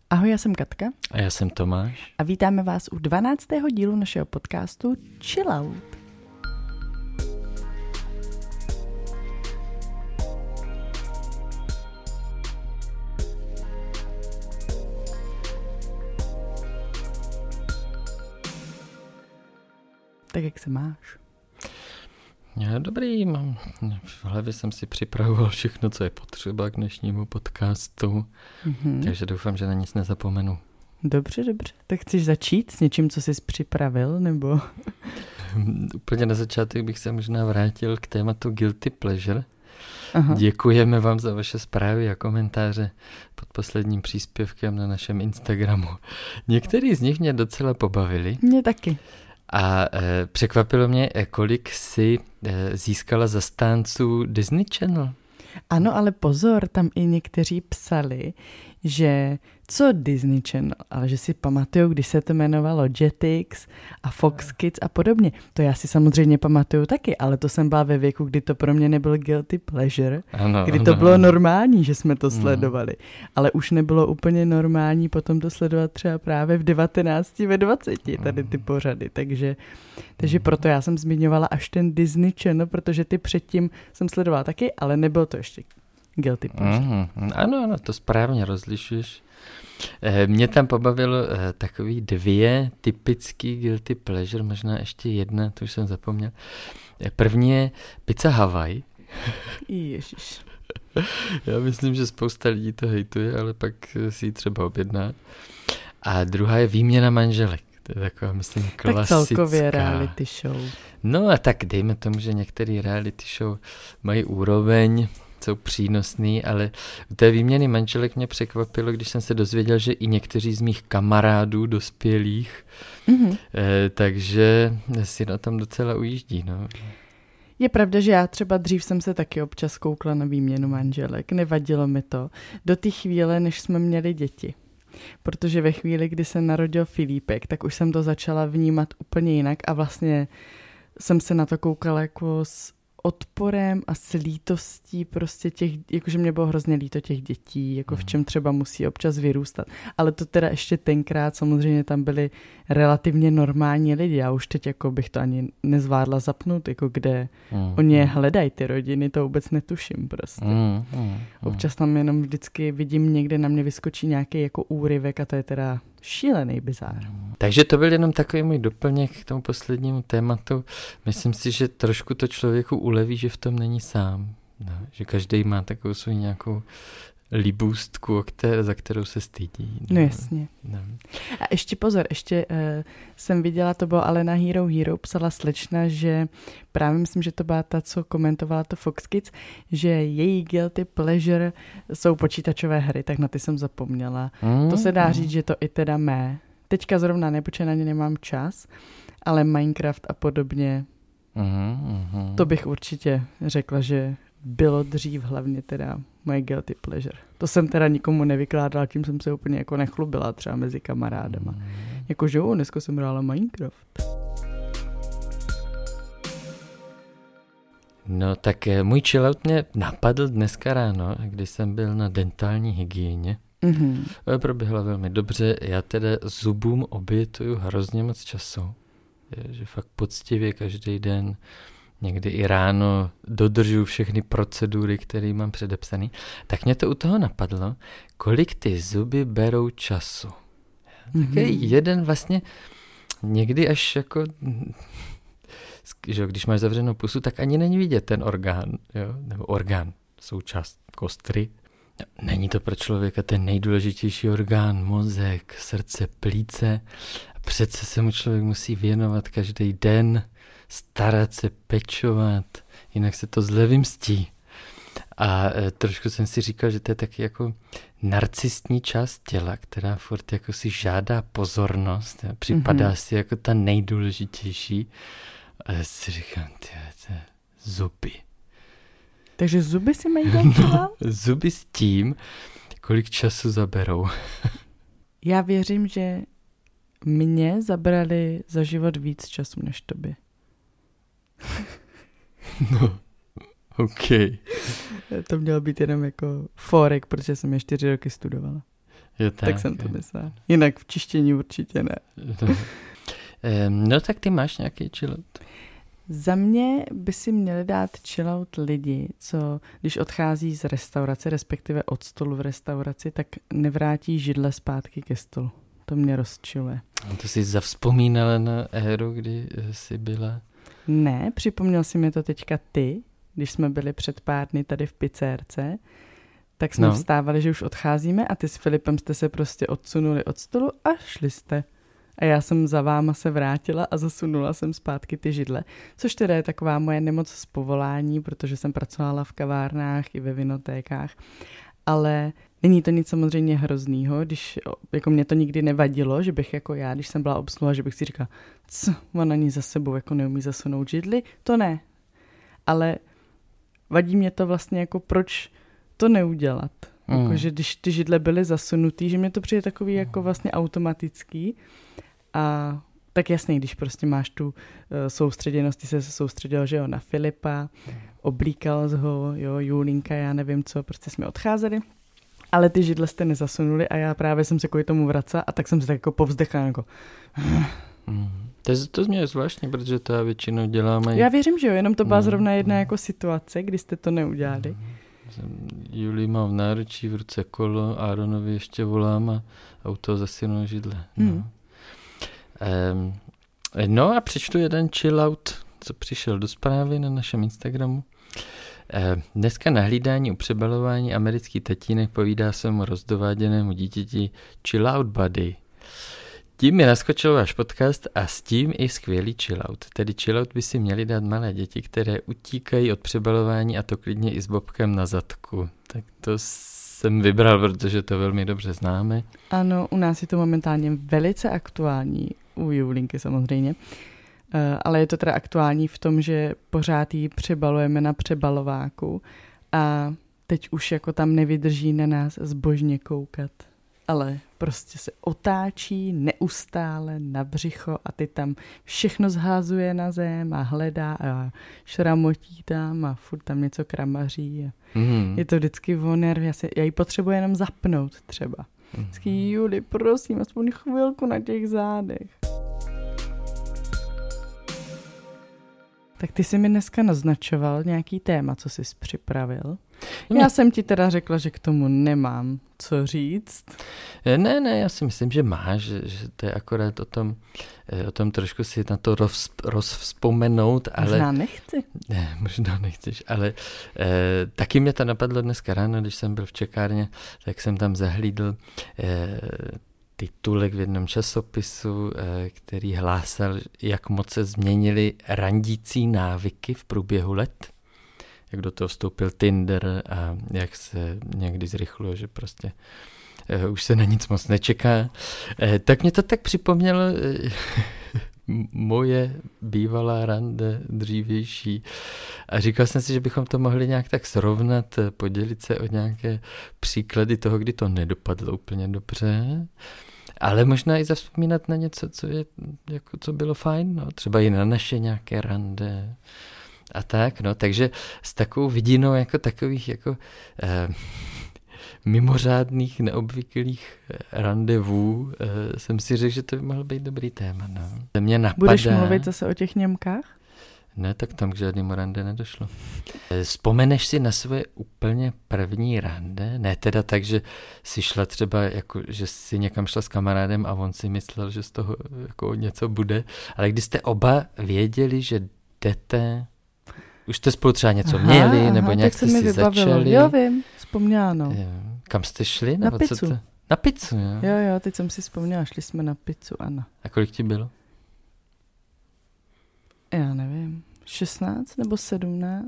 Ahoj, já jsem Katka. A já jsem Tomáš. A vítáme vás u 12. dílu našeho podcastu Chill Out. Tak jak se máš? Já dobrý, v hlavě jsem si připravoval všechno, co je potřeba k dnešnímu podcastu, takže doufám, že na nic nezapomenu. Dobře. Tak chceš začít s něčím, co jsi připravil, nebo? Úplně na začátek bych se možná vrátil k tématu Guilty Pleasure. Aha. Děkujeme vám za vaše zprávy a komentáře pod posledním příspěvkem na našem Instagramu. Některý z nich mě docela pobavili. Mě taky. A překvapilo mě, kolik si získala zastánců Disney Channel. Ano, ale pozor, tam i někteří psali, že co Disney Channel, ale že si pamatuju, když se to jmenovalo Jetix a Fox Kids a podobně. To já si samozřejmě pamatuju taky, ale to jsem byla ve věku, kdy to pro mě nebyl guilty pleasure, kdy to bylo normální, že jsme to sledovali. Ale už nebylo úplně normální potom to sledovat třeba právě v 19, ve 20 tady ty pořady. Takže proto já jsem zmiňovala až ten Disney Channel, protože ty předtím jsem sledovala taky, ale nebyl to ještě guilty pleasure. Ano, to správně rozlišuješ. Mě tam pobavilo takový 2 typický guilty pleasure, možná ještě jedna, to už jsem zapomněl. První je pizza Hawaii. Ježiš. Já myslím, že spousta lidí to hejtuje, ale pak si ji třeba objedná. A druhá je výměna manželek. To je taková, myslím, klasická. Tak celkově reality show. No a tak dejme tomu, že některé reality show mají úroveň, jsou přínosný, ale u té výměny manželek mě překvapilo, když jsem se dozvěděl, že i někteří z mých kamarádů dospělých, takže si na tom docela ujíždí. No. Je pravda, že já třeba dřív jsem se taky občas koukla na výměnu manželek, nevadilo mi to, do té chvíle, než jsme měli děti. Protože ve chvíli, kdy se narodil Filipek, tak už jsem to začala vnímat úplně jinak a vlastně jsem se na to koukala jako s odporem a s lítostí prostě těch, jakože mě bylo hrozně líto těch dětí, jako v čem třeba musí občas vyrůstat. Ale to teda ještě tenkrát samozřejmě tam byli relativně normální lidi. Já už teď jako bych to ani nezvládla zapnout, jako kde oni je hledají ty rodiny, to vůbec netuším prostě. Občas tam jenom vždycky vidím někde na mě vyskočí nějaký jako úryvek a to je teda šílený bizár. Takže to byl jenom takový můj doplněk k tomu poslednímu tématu. Myslím si, že trošku to člověku uleví, že v tom není sám. No, že každý má takovou svou nějakou libůstku, za kterou se stydí. No jasně. No. A ještě pozor, jsem viděla, to bylo ale na Hero, psala slečna, že právě myslím, že to byla ta, co komentovala to Fox Kids, že její guilty pleasure jsou počítačové hry, tak na ty jsem zapomněla. To se dá říct, že to i teda mé. Teďka zrovna ne, protože na ně nemám čas, ale Minecraft a podobně, to bych určitě řekla, že bylo dřív hlavně teda moje guilty pleasure. To jsem teda nikomu nevykládala, tím jsem se úplně jako nechlubila třeba mezi kamarádama. Jakože dneska jsem hrála Minecraft. No tak můj chillout mě napadl dneska ráno, když jsem byl na dentální hygieně. Proběhla velmi dobře, já teda zubům obětuju hrozně moc času. Že fakt poctivě každý den, někdy i ráno dodržuju všechny procedury, které mám předepsané. Tak mě to u toho napadlo, kolik ty zuby berou času. Takový jeden vlastně někdy až jako, že když máš zavřenou pusu, tak ani není vidět ten orgán, jo? Nebo orgán, součást kostry. Není to pro člověka ten nejdůležitější orgán, mozek, srdce, plíce. A přece se mu člověk musí věnovat každý den, starat se, pečovat, jinak se to zle vymstí. A trošku jsem si říkal, že to je taky jako narcistní část těla, která furt jako si žádá pozornost, připadá si jako ta nejdůležitější. A já si říkám, to je zuby. Takže zuby si mají dělat? Zuby s tím, kolik času zaberou. Já věřím, že mě zabrali za život víc času než tobě. No, OK. To mělo být jenom jako forek, protože jsem je 4 roky studovala. Jo, tak jsem to myslela. Jinak v čištění určitě ne. No tak ty máš nějaký chillout? Za mě by si měli dát chillout lidi, co když odchází z restaurace, respektive od stolu v restauraci, tak nevrátí židle zpátky ke stolu. To mě rozčiluje. A to jsi zavzpomínala na éru, kdy jsi byla? Ne, připomněl si mi to teďka ty, když jsme byli před pár dny tady v pizzérce, tak jsme vstávali, že už odcházíme a ty s Filipem jste se prostě odsunuli od stolu a šli jste. A já jsem za váma se vrátila a zasunula jsem zpátky ty židle, což teda je taková moje nemoc z povolání, protože jsem pracovala v kavárnách i ve vinotékách, ale není to nic samozřejmě hroznýho, když jako mě to nikdy nevadilo, že bych jako já, když jsem byla obsluha, že bych si říkala, ona ani za sebou jako neumí zasunout židly, to ne. Ale vadí mě to vlastně jako proč to neudělat. Jako, že když ty židle byly zasunutý, že mě to přijde takový jako vlastně automatický. A tak jasně, když prostě máš tu soustředěnost, ty se soustředil, že jo, na Filipa, oblíkal z ho, jo, Julinka, já nevím co, prostě jsme odcházeli, ale ty židle jste nezasunuli a já právě jsem se kvůli tomu vracela a tak jsem se tak jako povzdechala, jako... To mě je zvláštní, protože to já většinou dělám. Já věřím, že jo, jenom to byla zrovna jedna jako situace, kdy jste to neudělali. Julii mám v náručí, v ruce kolo, Aaronovi ještě volám a u toho zasunu židle. No a přečtu jeden chillout, co přišel do zprávy na našem Instagramu. Dneska na hlídání u přebalování americký tatínek povídá svému rozdováděnému dítěti chillout buddy. Tím mi naskočil váš podcast a s tím i skvělý chillout. Tedy chillout by si měli dát malé děti, které utíkají od přebalování a to klidně i s bobkem na zadku. Tak to jsem vybral, protože to velmi dobře známe. Ano, u nás je to momentálně velice aktuální, u Julinky samozřejmě, ale je to teda aktuální v tom, že pořád ji přebalujeme na přebalováku a teď už jako tam nevydrží na nás zbožně koukat. Ale prostě se otáčí neustále na břicho a ty tam všechno zházuje na zem a hledá a šramotí tam a furt tam něco kramaří. Je to vždycky o nervy. Já ji potřebuji jenom zapnout třeba. Vždycky, Juli, prosím, aspoň chvilku na těch zádech. Tak ty jsi mi dneska naznačoval nějaký téma, co jsi připravil. Já jsem ti teda řekla, že k tomu nemám co říct. Ne, já si myslím, že máš, že to je akorát o tom trošku si na to rozvzpomenout. Možná nechci. Ne, možná nechceš, ale taky mě to napadlo dneska ráno, když jsem byl v čekárně, tak jsem tam zahlídl titulek v jednom časopisu, který hlásal, jak moc se změnily randící návyky v průběhu let. Jak do toho vstoupil Tinder a jak se někdy zrychlilo, že prostě už se na nic moc nečeká. Tak mě to tak připomnělo moje bývalá rande dřívější. A říkal jsem si, že bychom to mohli nějak tak srovnat, podělit se o nějaké příklady toho, kdy to nedopadlo úplně dobře. Ale možná i zavzpomínat na něco, co bylo fajn, no, třeba i na naše nějaké rande a tak, no, takže s takovou vidinou jako takových jako mimořádných, neobvyklých randevů jsem si řekl, že to by mohlo být dobrý téma, no. Mě napadá... Budeš mluvit zase o těch Němkách? Ne, tak tam k žádnému rande nedošlo. Vzpomeneš si na své úplně první rande? Ne teda tak, že jsi šla třeba, jako, že jsi někam šla s kamarádem a on si myslel, že z toho jako něco bude, ale když jste oba věděli, že jdete, už jste spolu třeba něco měli, nebo nějak jste si začali. Jo, vím, vzpomněla, no. Kam jste šli? Na pizzu. Na pizzu, jo? Jo, teď jsem si vzpomněla, šli jsme na pizzu, ano. A kolik ti bylo? Já nevím. 16 nebo 17?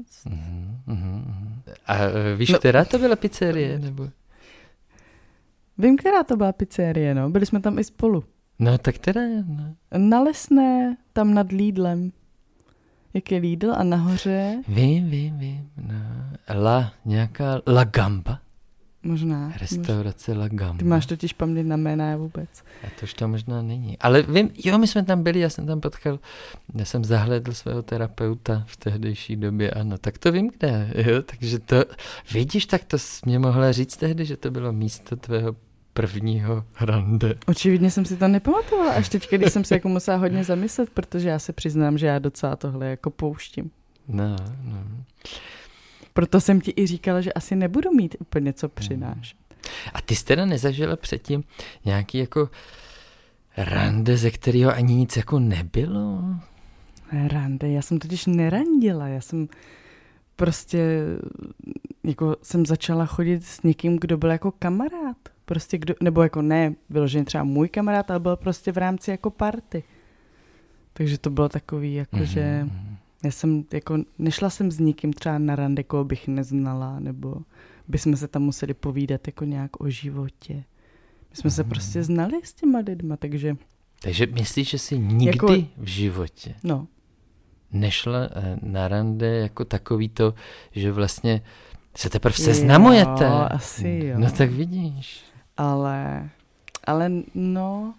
A víš, která to byla pizzerie? Nebo? Vím, která to byla pizzerie, no. Byli jsme tam i spolu. No, tak teda no. Na Lesné, tam nad Lidlem. Jak je Lidl a nahoře... Vím. No. Nějaká La Gamba? Možná. Restaurace La Gamba. Ty máš totiž paměť na jména vůbec. A to už to možná není. Ale vím, jo, my jsme tam byli, já jsem tam potkal, já jsem zahlédl svého terapeuta v tehdejší době, ano, tak to vím kde, jo, takže to, vidíš, tak to jsi mě mohla říct tehdy, že to bylo místo tvého prvního rande? Očividně jsem si to nepamatovala, až teď, když jsem se jako musela hodně zamyslet, protože já se přiznám, že já docela tohle jako pouštím. No. Proto jsem ti i říkala, že asi nebudu mít úplně co přinášet. A ty jsi teda nezažila předtím nějaký jako rande, ze kterého ani nic jako nebylo? Rande, já jsem totiž nerandila, já jsem prostě jako jsem začala chodit s někým, kdo byl jako kamarád. Prostě kdo, nebo jako ne, vyloženě třeba můj kamarád, ale byl prostě v rámci jako party. Takže to bylo takový, jako že já jsem jako, nešla jsem s nikým třeba na rande, koho bych neznala, nebo bychom se tam museli povídat jako nějak o životě. My jsme se prostě znali s těma lidma, takže... Takže myslíš, že jsi nikdy jako, v životě nešla na rande jako takový to, že vlastně se teprve seznamujete? Jo, asi jo. No tak vidíš. Ale no...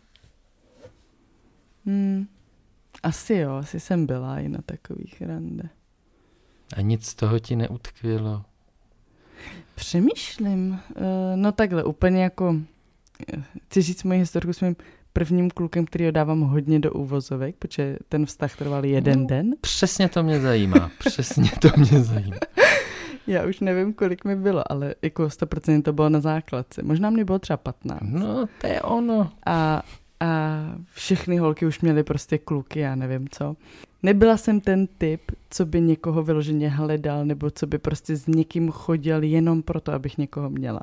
Asi jsem byla i na takových rande. A nic z toho ti neutkvělo? Přemýšlím. No takhle, úplně jako... Chci říct moji historku s mým prvním klukem, který ho dávám hodně do úvozovek, protože ten vztah trval jeden den. Přesně to mě zajímá. Já už nevím, kolik mi bylo, ale jako 100% to bylo na základce. Možná mě bylo třeba 15. No, to je ono. A všechny holky už měly prostě kluky, já nevím co. Nebyla jsem ten typ, co by někoho vyloženě hledal, nebo co by prostě s někým chodil jenom proto, abych někoho měla.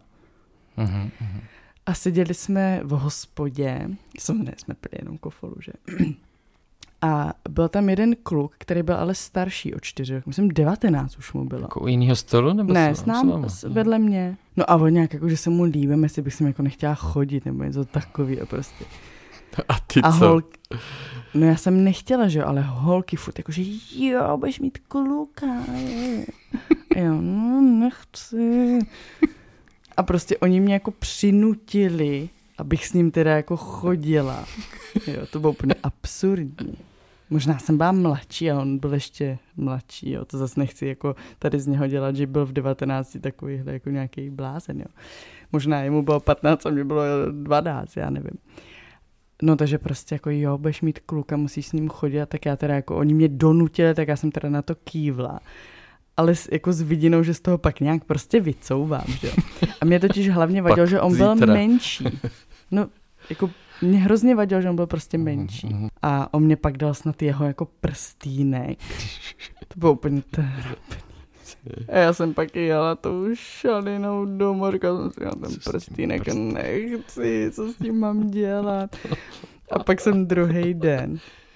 A seděli jsme v hospodě, samozřejmě jsme pili jenom kofolu, že? A byl tam jeden kluk, který byl ale starší o 4 roky, myslím 19 už mu bylo. Jako u jiného stolu? Nebo ne, s námi, vedle mě. No a on nějak jako, že se mu líbím, jestli bych si jako nechtěla chodit, nebo něco takový a prostě. A ty co? No já jsem nechtěla, že jo, ale holky furt jakože jo, budeš mít kluka. A jo, no nechci. A prostě oni mě jako přinutili, abych s ním teda jako chodila. Jo, to bylo úplně absurdní. Možná jsem byla mladší a on byl ještě mladší, jo, to zase nechci jako tady z něho dělat, že byl v 19 takovýhle jako nějaký blázen, jo. Možná jemu bylo 15 a mě bylo 12, já nevím. No takže prostě jako jo, budeš mít kluka, musíš s ním chodit, tak já teda jako oni mě donutili, tak já jsem teda na to kývla. Ale jako s vidinou, že z toho pak nějak prostě vycouvám, že jo. A mě totiž hlavně vadilo, že on byl menší. No, jako mě hrozně vadilo, že on byl prostě menší. A on mě pak dal snad jeho jako prstýnek. To bylo úplně trapný. A já jsem pak jela tou šalinou domů, říkala jsem si, já ten prstýnek nechci, co s tím mám dělat. A pak jsem druhý den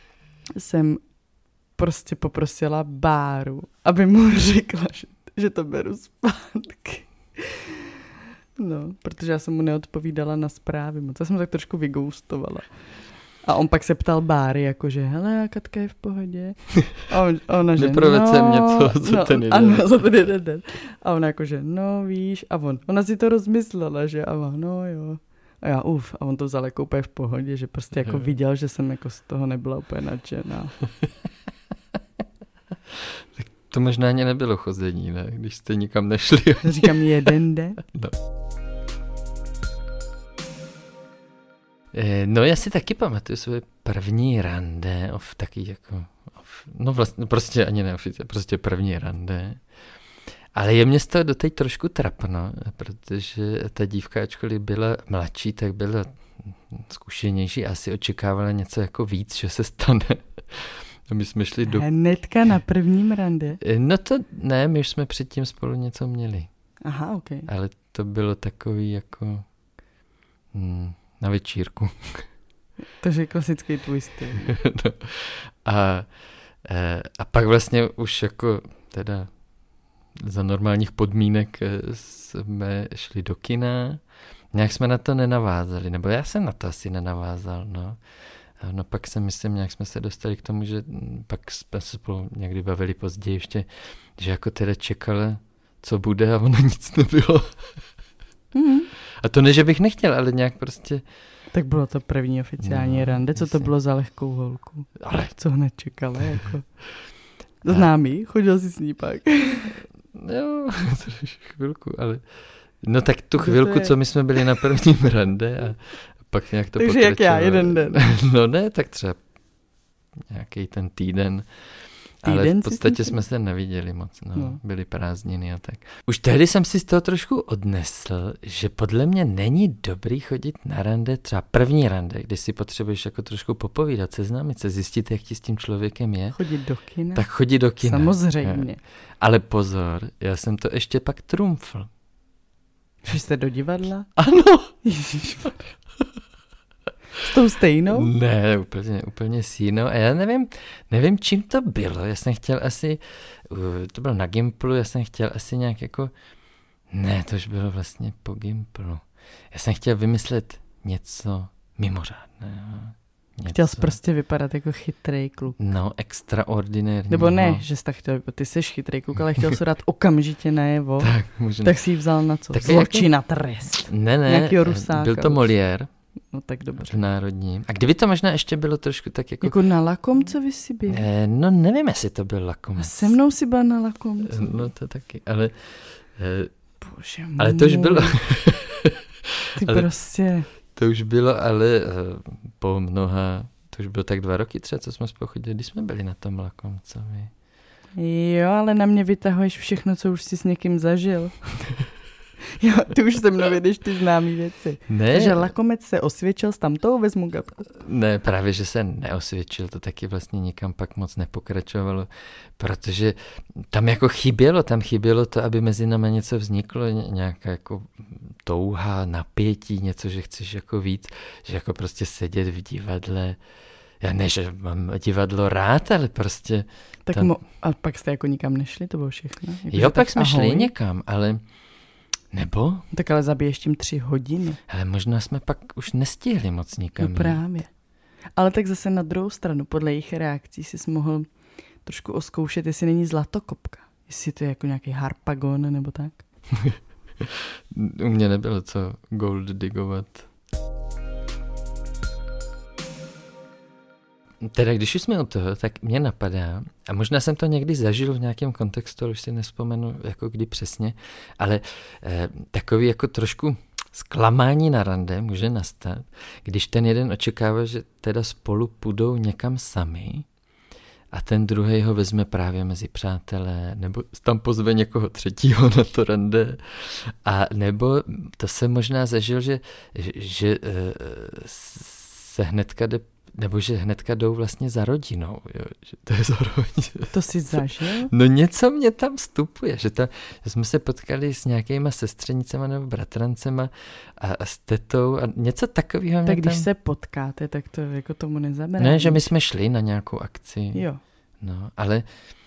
prostě poprosila Báru, aby mu řekla, že to beru zpátky. No, protože já jsem mu neodpovídala na zprávy moc. Já jsem tak trošku vygoustovala. A on pak se ptal Báry, jakože, hele, Katka je v pohodě. A ona, že neprovecem něco za ten jeden. Ano, za ten jeden den. A ona jakože, no víš, a ona si to rozmyslela, že a no jo. A já a on to vzal jako úplně v pohodě, že prostě jako viděl, že jsem jako z toho nebyla úplně nadšená. Tak to možná ani nebylo chození, ne? Když jste nikam nešli. Říkám jeden den. No. No já si taky pamatuju své první rande, taky jako, no vlastně prostě ani neoficiálně, prostě první rande. Ale je mě z toho doteď trošku trapno, protože ta dívka, ačkoliv byla mladší, tak byla zkušenější a asi očekávala něco jako víc, že se stane. A my jsme šli hnedka na prvním rande? No to ne, my už jsme předtím spolu něco měli. Aha, okej. Ale to bylo takový jako na večírku. Takže je klasický tvůj styl. No. A pak vlastně už jako teda za normálních podmínek jsme šli do kina. Nějak jsme na to nenavázali, nebo já jsem na to asi nenavázal, no. No pak se myslím, nějak jsme se dostali k tomu, že pak jsme se spolu někdy bavili později ještě, že jako teda čekala, co bude a ono nic nebylo. A to ne, že bych nechtěl, ale nějak prostě... Tak bylo to první oficiální rande, co to bylo za lehkou holku? Ale co hned čekala, jako... Známý, chodil jsi s ní pak. Jo, chvilku, ale No tak tu chvilku, co my jsme byli na prvním rande a pak nějak to takže jak já, jeden den. No ne, tak třeba nějaký ten týden. Ale v podstatě jsme se neviděli moc, no. Byly prázdniny a tak. Už tehdy jsem si z toho trošku odnesl, že podle mě není dobrý chodit na rande, třeba první rande, když si potřebuješ jako trošku popovídat, seznámit se, zjistit, jak ti s tím člověkem je. Chodit do kina? Tak chodit do kina. Samozřejmě. Ale pozor, já jsem to ještě pak trumfl. Že jste do divadla? Ano. S tou stejnou? Ne, úplně s jinou. A já nevím, čím to bylo. Já jsem chtěl asi, to bylo na Gimplu, já jsem chtěl asi nějak jako, ne, to už bylo vlastně po Gimplu. Já jsem chtěl vymyslet něco mimořádného. Chtěl jsi prostě vypadat jako chytrý kluk. No, extraordinární. Nebo ne, že jsi tak chtěl, ty jsi chytrý kluk, ale chtěl jsi dát okamžitě najevo. Tak, možná. Tak si ji vzal na co? Zločina, trest. Ne, byl to Molière. No tak dobře. V Národním. A kdyby to možná ještě bylo trošku tak jako... Jako na Lakomcovi jsi byl? No nevím, jestli to byl Lakomec. A se mnou si byl na Lakomci. No to taky, ale... Bože ale to už bylo... Ty prostě... To už bylo, ale po mnoha... To už bylo tak 2 roky třeba, co jsme spolu chodili, když jsme byli na tom Lakomcovi. Jo, ale na mě vytahuješ všechno, co už jsi s někým zažil. Jo, ty už se mnou vědeš ty známý věci. Ne. Takže Lakomec se osvědčil s tamtou, vezmu gabku. Ne, právě, že se neosvědčil, to taky vlastně nikam pak moc nepokračovalo, protože tam jako chybělo to, aby mezi námi něco vzniklo, nějaká jako touha, napětí, něco, že chceš jako víc, že jako prostě sedět v divadle. Já ne, že mám divadlo rád, ale prostě... Tak a pak jste jako nikam nešli, to bylo všechno? Jako, jo, pak jsme šli někam, ale... Nebo? Tak ale zabiješ tím 3 hodiny. Ale možná jsme pak už nestihli moc nikam. No právě. Ale tak zase na druhou stranu, podle jejich reakcí jsi mohl trošku oskoušet, jestli není zlatokopka. Jestli to je jako nějaký harpagon nebo tak. U mě nebylo co gold digovat. Teda když už jsme u toho, tak mě napadá, a možná jsem to někdy zažil v nějakém kontextu, ale už si nespomenu, jako kdy přesně, ale takový jako trošku zklamání na rande může nastat, když ten jeden očekává, že teda spolu půjdou někam sami a ten druhý ho vezme právě mezi přátelé, nebo tam pozve někoho třetího na to rande, a nebo to jsem možná zažil, že se hnedka jde, nebo že hnedka jdou vlastně za rodinou. Jo? Že to je zároveň... To jsi zažil? No něco mě tam vstupuje, že jsme se potkali s nějakýma sestřenicema nebo bratrancema a s tetou a něco takového mě tak když tam... se potkáte, tak to jako tomu nezabrání. Ne, že my jsme šli na nějakou akci. Jo. No, ale...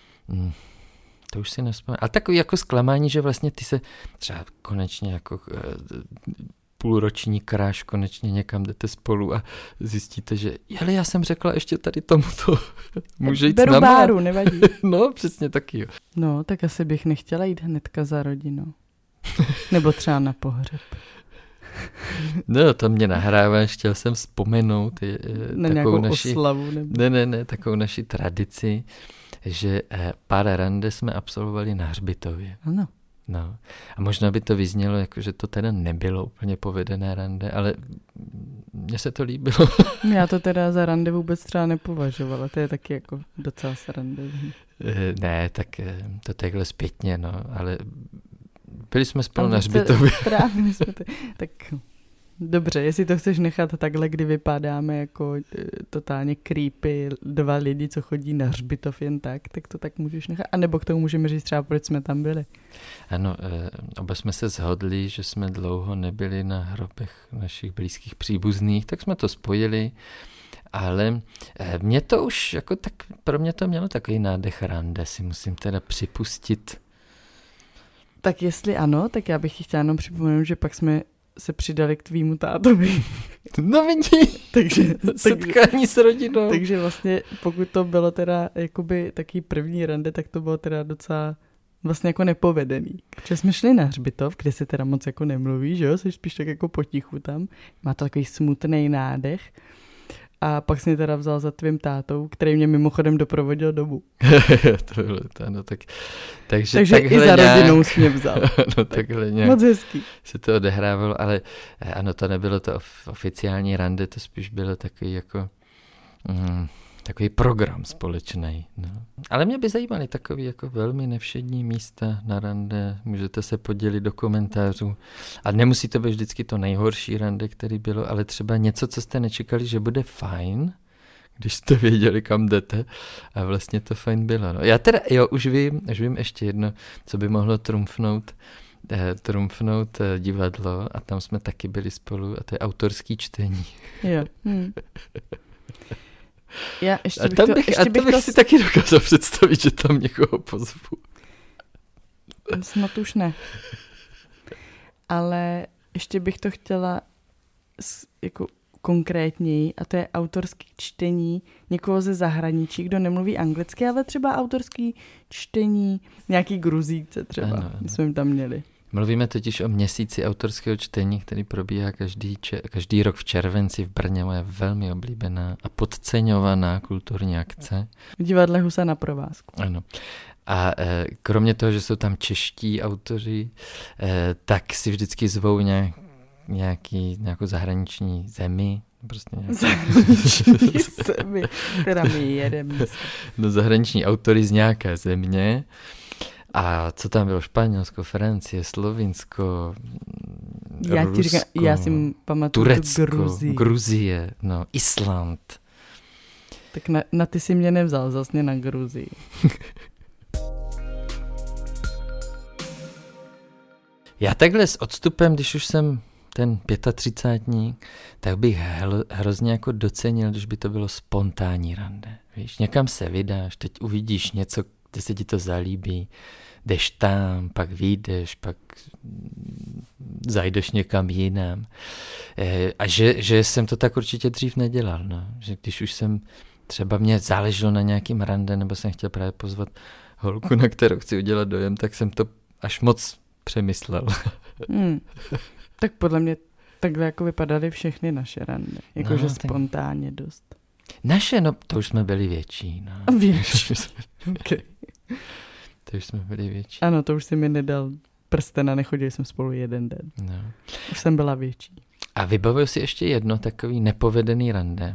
to už si nevzpomínám. Ale takový jako zklamání, že vlastně ty se třeba konečně jako... půlroční kráš, konečně někam jdete spolu a zjistíte, že ale já jsem řekla ještě tady tomuto, může jít s náma. Beru báru, nevadí. No, přesně taky, jo. No, tak asi bych nechtěla jít hnedka za rodinou. Nebo třeba na pohřeb. No, to mě nahráváš, chtěl jsem vzpomenout na nějakou oslavu. Nebo... Ne, takovou naši tradici, že pár rande jsme absolvovali na hřbitově. Ano. No. A možná by to vyznělo, jako, že to teda nebylo úplně povedené rande, ale mně se to líbilo. Já to teda za rande vůbec třeba nepovažovala, to je taky jako docela srande. Ne, tak to takhle zpětně, no, ale byli jsme spolu na hřbitově. Tak dobře, jestli to chceš nechat takhle, kdy vypadáme jako totálně creepy 2 lidi, co chodí na hřbitov jen tak to tak můžeš nechat. A nebo k tomu můžeme říct třeba, proč jsme tam byli. Ano, oba jsme se shodli, že jsme dlouho nebyli na hrobech našich blízkých příbuzných, tak jsme to spojili, ale mě to už jako tak, pro mě to mělo takový nádech rande, si musím teda připustit. Tak jestli ano, tak já bych ti chtěla jenom připomenout, že pak jsme se přidali k tvýmu tátovi. No vidí, takže setkání s rodinou. Takže vlastně pokud to bylo teda jakoby taký první rande, tak to bylo teda docela vlastně jako nepovedený. Protože jsme šli na hřbitov, kde se teda moc jako nemluví, že jo, jsi spíš tak jako potichu tam. Má to takový smutný nádech. A pak jsi mě teda vzal za tvým tátou, který mě mimochodem doprovodil domů. To bylo to, no takže i za rodinou jsi mě vzal. No takhle nějak. Moc hezký. Se to odehrávalo, ale ano, to nebylo to oficiální rande, to spíš bylo takový jako takový program společný. No. Ale mě by zajímaly takový jako velmi nevšední místa na rande, můžete se podělit do komentářů. A nemusí to být vždycky to nejhorší rande, který bylo, ale třeba něco, co jste nečekali, že bude fajn, když jste věděli, kam jdete, a vlastně to fajn bylo. No. Já teda, už vím ještě jedno, co by mohlo trumfnout divadlo, a tam jsme taky byli spolu, a to je autorský čtení. Jo. Já ještě bych si taky dokázal představit, že tam někoho pozvu. Snad už ne. Ale ještě bych to chtěla jako konkrétněji, a to je autorský čtení někoho ze zahraničí, kdo nemluví anglicky, ale třeba autorský čtení nějaký Gruzíce třeba. Ano. My jsme jim tam měli. Mluvíme totiž o měsíci autorského čtení, který probíhá každý rok v červenci v Brně, moje velmi oblíbená a podceňovaná kulturní akce. V divadle Husa na provázku. Ano. A kromě toho, že jsou tam čeští autoři, tak si vždycky zvou nějakou zahraniční zemi. Prostě zahraniční zemi, která mi jede místo. No, zahraniční autory z nějaké země. A co tam bylo? Španělsko, Francie, Slovinsko, Rusko, já si pamatuju Turecko, Gruzie, no, Island. Tak na ty si mě nevzal, zas mě na Gruzii. Já takhle s odstupem, když už jsem ten 35, tak bych hrozně jako docenil, když by to bylo spontánní rande. Víš, někam se vydáš, teď uvidíš něco, kde se ti to zalíbí, jdeš tam, pak vyjdeš, pak zajdeš někam jinam. A že jsem to tak určitě dřív nedělal, no. Že když už jsem, třeba mě záleželo na nějakým rande, nebo jsem chtěl právě pozvat holku, na kterou chci udělat dojem, tak jsem to až moc přemyslel. Tak podle mě takhle jako vypadaly všechny naše rande. Jakože spontánně dost. Naše, no to už jsme byli větší. No. Větší. Okay. To už jsme byli větší. Ano, to už si mi nedal prsten a nechodili jsme spolu jeden den. No. Už jsem byla větší. A vybavuju si ještě jedno takový nepovedený rande,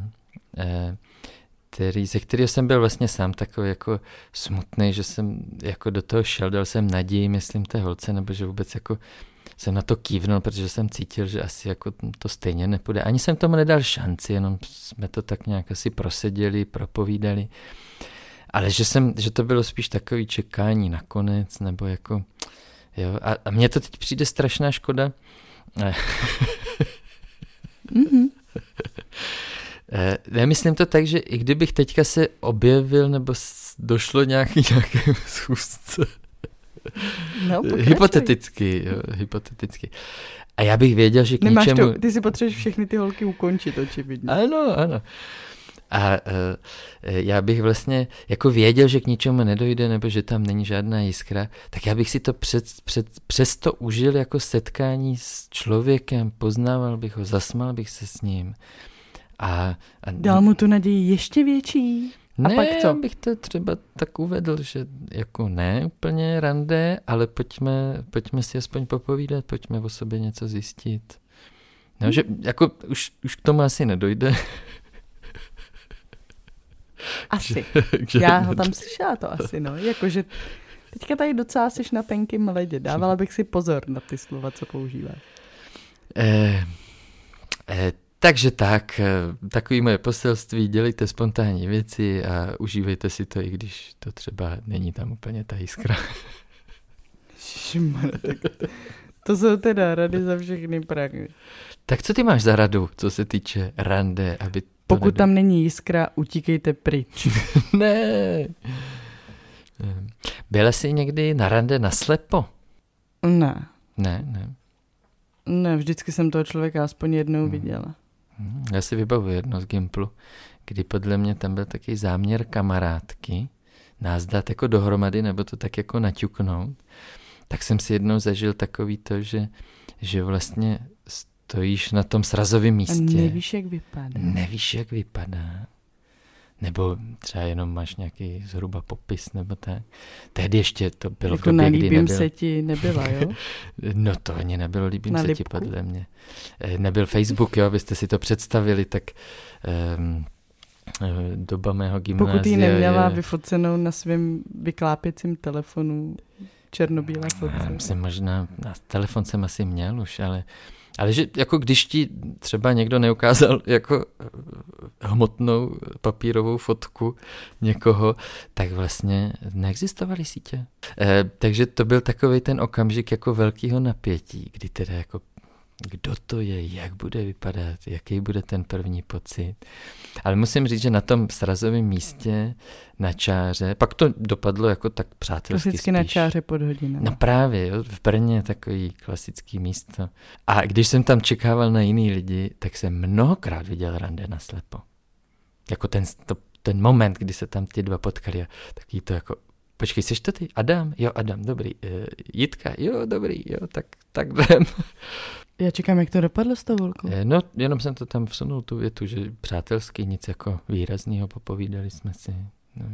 ze kterého jsem byl vlastně sám takový jako smutný, že jsem jako do toho šel, dal jsem naději, myslím, té holce, nebo že vůbec jako jsem na to kývnul, protože jsem cítil, že asi jako to stejně nepůjde. Ani jsem tomu nedal šanci, jenom jsme to tak nějak asi proseděli, propovídali. Ale že to bylo spíš takový čekání nakonec, nebo jako, jo. A mně to teď přijde strašná škoda. Nemyslím to tak, že i kdybych teďka se objevil, nebo došlo nějaké schůzce. No, hypoteticky. A já bych věděl, že k ničemu... Ty si potřebuješ všechny ty holky ukončit, očividně. Ano. A já bych vlastně jako věděl, že k ničemu nedojde, nebo že tam není žádná jiskra, tak já bych si to přesto užil jako setkání s člověkem, poznával bych ho, zasmal bych se s ním. A dal mu tu naději ještě větší? A ne, pak co? Bych to třeba tak uvedl, že jako ne úplně rande, ale pojďme si aspoň popovídat, pojďme o sobě něco zjistit. No, že jako už k tomu asi nedojde. Asi. Já ho tam slyšela to asi, no. Jakože teďka tady docela jsi na tenkým ledě. Dávala bych si pozor na ty slova, co používáš. Takže takový moje poselství, dělejte spontánní věci a užívejte si to, i když to třeba není tam úplně ta jiskra. To jsou teda rady za všechny prahy. Tak co ty máš za radu, co se týče rande, aby pokud tam není jiskra, utíkejte pryč. Ne. Byla jsi někdy na rande naslepo? Ne. Ne, vždycky jsem toho člověka aspoň jednou viděla. Já si vybavuji jedno z Gimplu, kdy podle mě tam byl takový záměr kamarádky, nás dát jako dohromady, nebo to tak jako naťuknout. Tak jsem si jednou zažil takový to, že vlastně stojíš na tom srazovém místě. A nevíš, jak vypadá. Nevíš, jak vypadá. Nebo třeba jenom máš nějaký zhruba popis, nebo tak. Tehdy ještě to bylo jako v době, kdy nebyl... se ti nebyla, jo? No to ani nebylo líbím se ti, podle mě. Nebyl Facebook, jo, abyste si to představili, tak doba mého gymnázia. Pokud ji neměla vyfocenou na svém vyklápěcím telefonu, černobílá fotka. Myslím, možná, telefon jsem asi měl už, ale že jako když ti třeba někdo neukázal jako hmotnou papírovou fotku někoho, tak vlastně neexistovaly sítě. Takže to byl takový ten okamžik jako velkého napětí, kdy teda jako kdo to je, jak bude vypadat, jaký bude ten první pocit. Ale musím říct, že na tom srazovém místě na čáře, pak to dopadlo jako tak přátelsky klasicky spíš. Na čáře pod hodinou. No právě, jo, v Brně takový klasický místo. A když jsem tam čekával na jiný lidi, tak jsem mnohokrát viděl rande naslepo. Jako ten moment, kdy se tam ty dva potkali a taky to jako, počkej, seš to ty? Adam? Jo, Adam, dobrý. Jitka? Jo, dobrý, jo, tak jdem. Já čekám, jak to dopadlo s tou volkou. No, jenom jsem to tam vsunul tu větu, že přátelský, nic jako výraznýho, popovídali jsme si. No.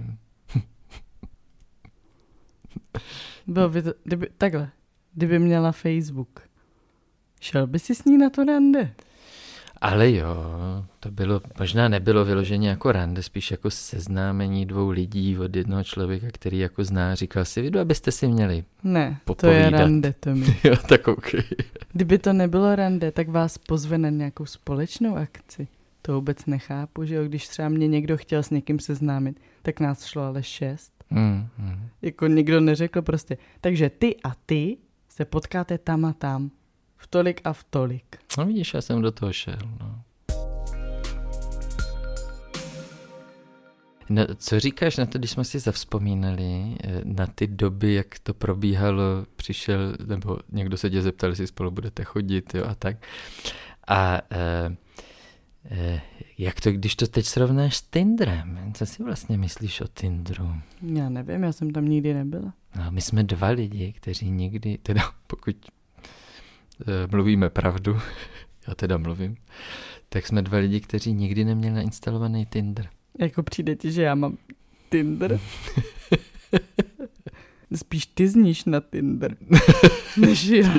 Bylo by to, kdyby měla Facebook, šel by si s ní na to rande? Ale jo, to bylo, možná nebylo vyloženě jako rande, spíš jako seznámení dvou lidí od jednoho člověka, který jako zná, říkal si, vy dva byste si měli popovídat. To je rande, Tomi. Jo, tak okay. Kdyby to nebylo rande, tak vás pozve na nějakou společnou akci. To vůbec nechápu, že jo, když třeba mě někdo chtěl s někým seznámit, tak nás šlo ale 6. Jako nikdo neřekl prostě, takže ty a ty se potkáte tam a tam. V tolik a v tolik. No vidíš, já jsem do toho šel, no. No, co říkáš na to, když jsme si zavzpomínali na ty doby, jak to probíhalo, přišel, nebo někdo se tě zeptal, jestli spolu budete chodit, jo, a tak. A jak to, když to teď srovnáš s Tinderem, co si vlastně myslíš o Tinderu? Já nevím, já jsem tam nikdy nebyla. No, my jsme dva lidi, kteří nikdy, teda pokud mluvíme pravdu, já teda mluvím, tak jsme dva lidi, kteří nikdy neměli nainstalovaný Tinder. Jako přijde ti, že já mám Tinder? Spíš ty zníš na Tinder, než já.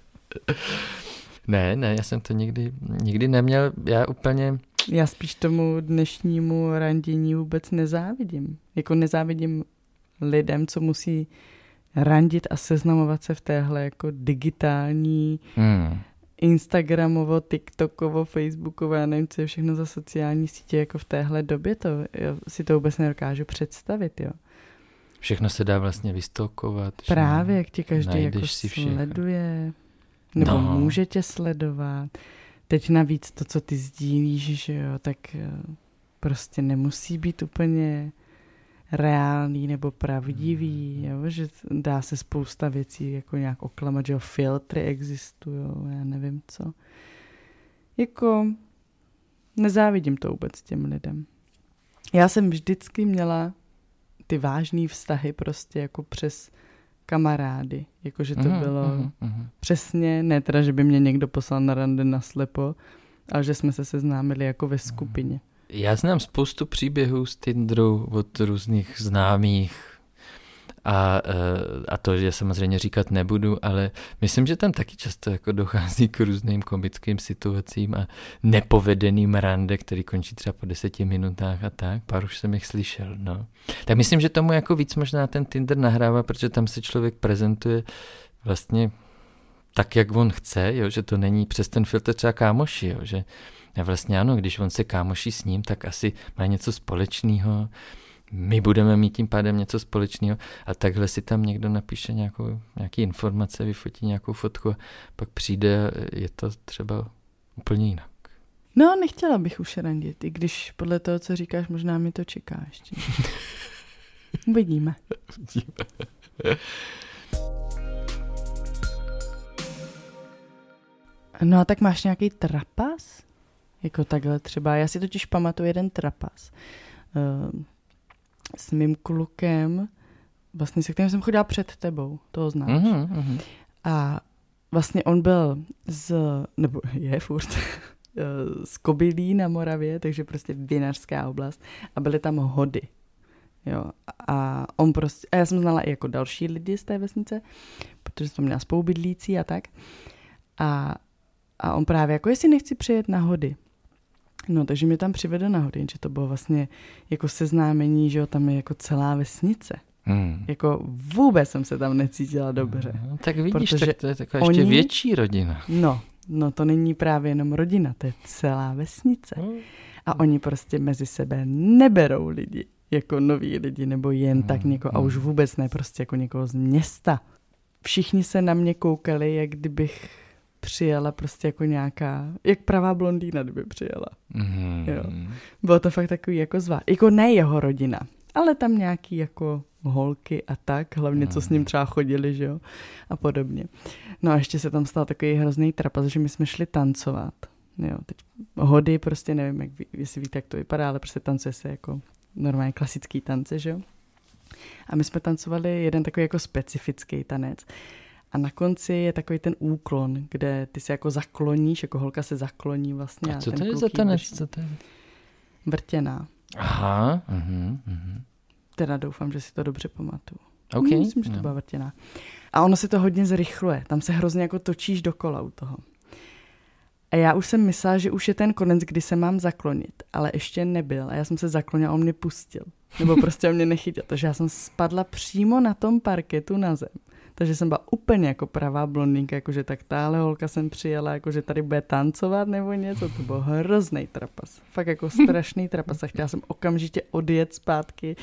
Ne, já jsem to nikdy neměl, Já spíš tomu dnešnímu randění vůbec nezávidím. Jako nezávidím lidem, co musí randit a seznamovat se v téhle jako digitální Instagramovo, TikTokovo, Facebookovo, já nevím, co je všechno za sociální sítě jako v téhle době, já si to vůbec nedokážu představit, jo. Všechno se dá vlastně vystokovat. Právě, jak tě každý jako sleduje, nebo může tě sledovat. Teď navíc to, co ty sdílíš, že jo, tak prostě nemusí být úplně reálný nebo pravdivý, jo? Že dá se spousta věcí jako nějak oklamat, že jo, filtry existují, já nevím co. Jako nezávidím to vůbec těm lidem. Já jsem vždycky měla ty vážný vztahy prostě jako přes kamarády, jakože to bylo přesně, ne teda, že by mě někdo poslal na rande naslepo, ale že jsme se seznámili jako ve skupině. Já znám spoustu příběhů z Tinderu od různých známých a to, že samozřejmě říkat nebudu, ale myslím, že tam taky často jako dochází k různým komickým situacím a nepovedeným rande, který končí třeba po 10 minutách a tak. Pár už jsem jich slyšel, no. Tak myslím, že tomu jako víc možná ten Tinder nahrává, protože tam se člověk prezentuje vlastně tak, jak on chce, jo, že to není přes ten filtr třeba kámoši, jo, že vlastně ano, když on se kámoší s ním, tak asi má něco společného, my budeme mít tím pádem něco společného a takhle si tam někdo napíše nějaký informace, vyfotí nějakou fotku a pak přijde a je to třeba úplně jinak. No, nechtěla bych už randit, i když podle toho, co říkáš, možná mi to čeká ještě. Uvidíme. No a tak máš nějaký trapas? Jako takhle třeba. Já si totiž pamatuju jeden trapas. S mým klukem, vlastně se kterým jsem chodila před tebou, toho znáš. A vlastně on byl nebo je furt, z Kobylí na Moravě, takže prostě vinařská oblast a byly tam hody. Jo, a já jsem znala i jako další lidi z té vesnice, protože jsem měla spolubydlící a tak. A on právě jako, jestli nechci přijet na hody. No, takže mě tam přivedl na hody, že to bylo vlastně jako seznámení, že jo, tam je jako celá vesnice. Jako vůbec jsem se tam necítila dobře. Tak vidíš, tak to je taková ještě větší rodina. No to není právě jenom rodina, to je celá vesnice. A oni prostě mezi sebe neberou lidi, jako noví lidi, nebo jen tak někoho, a už vůbec ne prostě jako někoho z města. Všichni se na mě koukali, jak kdybych přijela prostě jako nějaká, jak pravá blondýna, kdyby přijela. Jo. Bylo to fakt takový jako jako ne jeho rodina, ale tam nějaký jako holky a tak, hlavně co s ním třeba chodili, že jo, a podobně. No a ještě se tam stal takový hrozný trapas, že my jsme šli tancovat. Jo, teď hody prostě nevím, jestli víte, jak to vypadá, ale prostě tancuje se jako normálně klasický tance, že jo. A my jsme tancovali jeden takový jako specifický tanec. A na konci je takový ten úklon, kde ty se jako zakloníš, jako holka se zakloní vlastně. A co to je za tanec? Co to je? Vrtěná. Aha. Teda doufám, že si to dobře pamatuju. Okay. Myslím, že to byla vrtěná. A ono se to hodně zrychluje. Tam se hrozně jako točíš dokola u toho. A já už jsem myslela, že už je ten konec, kdy se mám zaklonit, ale ještě nebyl. A já jsem se zaklonila a on mě pustil. Nebo prostě on mě nechytil. Takže já jsem spadla přímo na tom parketu na zem. Takže jsem byla úplně jako pravá blondýnka, jakože tak táhle holka jsem přijela, jakože tady bude tancovat nebo něco. To byl hrozný trapas. Fakt jako strašný trapas. A chtěla jsem okamžitě odjet zpátky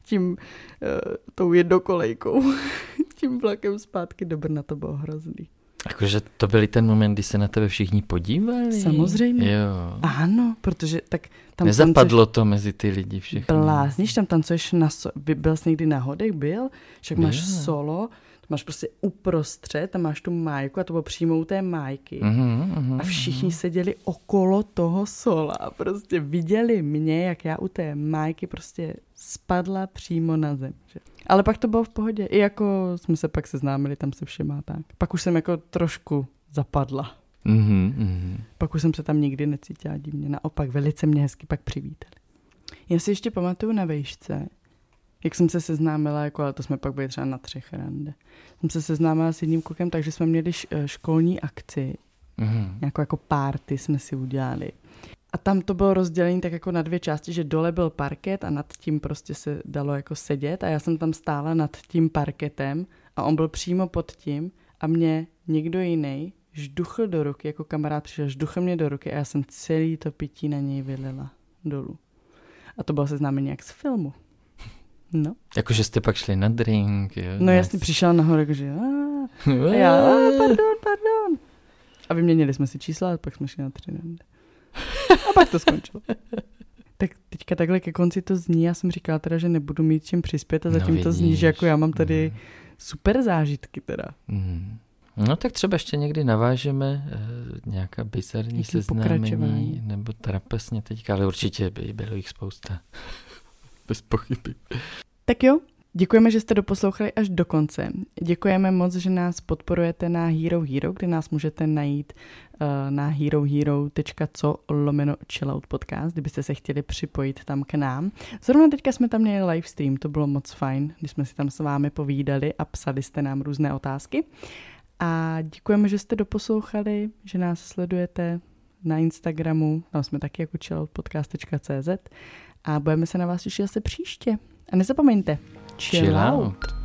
tou jednokolejkou. Tím vlakem zpátky do Brna, to bylo hrozný. Jakože to byl ten moment, kdy se na tebe všichni podívali? Samozřejmě. Jo. Ano, protože tak tam nezapadlo to mezi ty lidi všechny. Blázníš, tam tancuješ byl jsi někdy na hodech, byl? Však máš solo, máš prostě uprostřed, tam máš tu májku a to bylo přímo u té májky. A všichni seděli okolo toho sola a prostě viděli mě, jak já u té májky prostě spadla přímo na zem. Že? Ale pak to bylo v pohodě. I jako jsme se pak seznámili tam se všema tak. Pak už jsem jako trošku zapadla. Pak už jsem se tam nikdy necítila divně. Naopak velice mě hezky pak přivítali. Já si ještě pamatuju na vejšce, jak jsem se seznámila, jako, ale to jsme pak byli třeba na 3 rande. Jsem se seznámila s jedním klukem, takže jsme měli školní akci. Nějakou jako party jsme si udělali. A tam to bylo rozdělené tak jako na 2 části, že dole byl parket a nad tím prostě se dalo jako sedět a já jsem tam stála nad tím parketem a on byl přímo pod tím a mě někdo jiný žduchl do ruky, jako kamarád přišel, žduchl mě do ruky a já jsem celý to pití na něj vylila dolů. A to bylo seznámení jak z filmu. No. Jakože jste pak šli na drink, jo? No jasně, přišel nahoru, jakože a já, pardon. A vyměnili jsme si čísla a pak jsme šli na 3 rande. A pak to skončilo. Tak teďka takhle ke konci to zní, já jsem říkala teda, že nebudu mít čím přispět a zatím to zní, že jako já mám tady super zážitky teda. No tak třeba ještě někdy navážeme nějaká bizarní seznámení nebo trapasně teďka, ale určitě by bylo jich spousta. Bez pochyby. Tak jo, děkujeme, že jste doposlouchali až do konce. Děkujeme moc, že nás podporujete na Hero Hero, kde nás můžete najít na herohero.co/chillout podcast, kdybyste se chtěli připojit tam k nám. Zrovna teďka jsme tam měli livestream, to bylo moc fajn, když jsme si tam s vámi povídali a psali jste nám různé otázky. A děkujeme, že jste doposlouchali, že nás sledujete na Instagramu, tam jsme taky jako chilloutpodcast.cz a budeme se na vás těšit zase příště. A nezapomeňte, chill out.